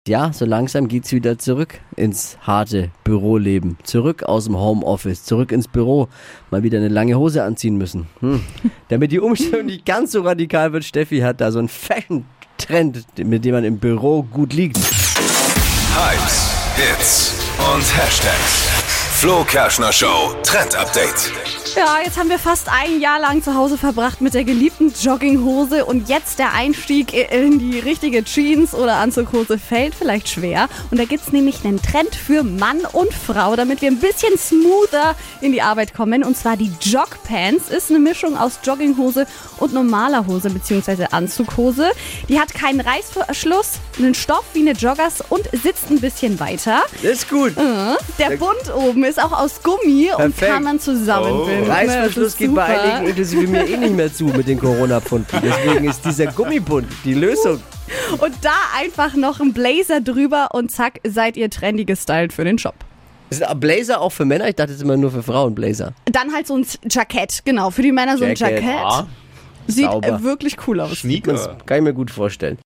Ja, so langsam geht's wieder zurück ins harte Büroleben. Zurück aus dem Homeoffice, zurück ins Büro. Mal wieder eine lange Hose anziehen müssen. Damit die Umstellung nicht ganz so radikal wird, Steffi hat da so einen Fashion-Trend, mit dem man im Büro gut liegt. Hypes, Hits und Hashtags. Flo Kerschner Show Trend Update. Ja, jetzt haben wir fast ein Jahr lang zu Hause verbracht mit der geliebten Jogginghose und jetzt der Einstieg in die richtige Jeans- oder Anzughose fällt vielleicht schwer. Und da gibt's nämlich einen Trend für Mann und Frau, damit wir ein bisschen smoother in die Arbeit kommen. Und zwar die Jogpants ist eine Mischung aus Jogginghose und normaler Hose bzw. Anzughose. Die hat keinen Reißverschluss, einen Stoff wie eine Joggers und sitzt ein bisschen weiter. Das ist gut. Der Bund oben ist auch aus Gummi und kann man zusammenbinden. Reißverschluss geht bei einigen inklusive mir nicht mehr zu mit den Corona-Pfunden. Deswegen ist dieser Gummibund die Lösung. Und da einfach noch ein Blazer drüber und zack, seid ihr trendy gestylt für den Job. Ist ein Blazer auch für Männer? Ich dachte, das ist immer nur für Frauen Blazer. Dann halt so ein Jackett, genau, für die Männer so ein Jackett. Ja. Sieht Sauber. wirklich cool aus. Sneaker. Das kann ich mir gut vorstellen.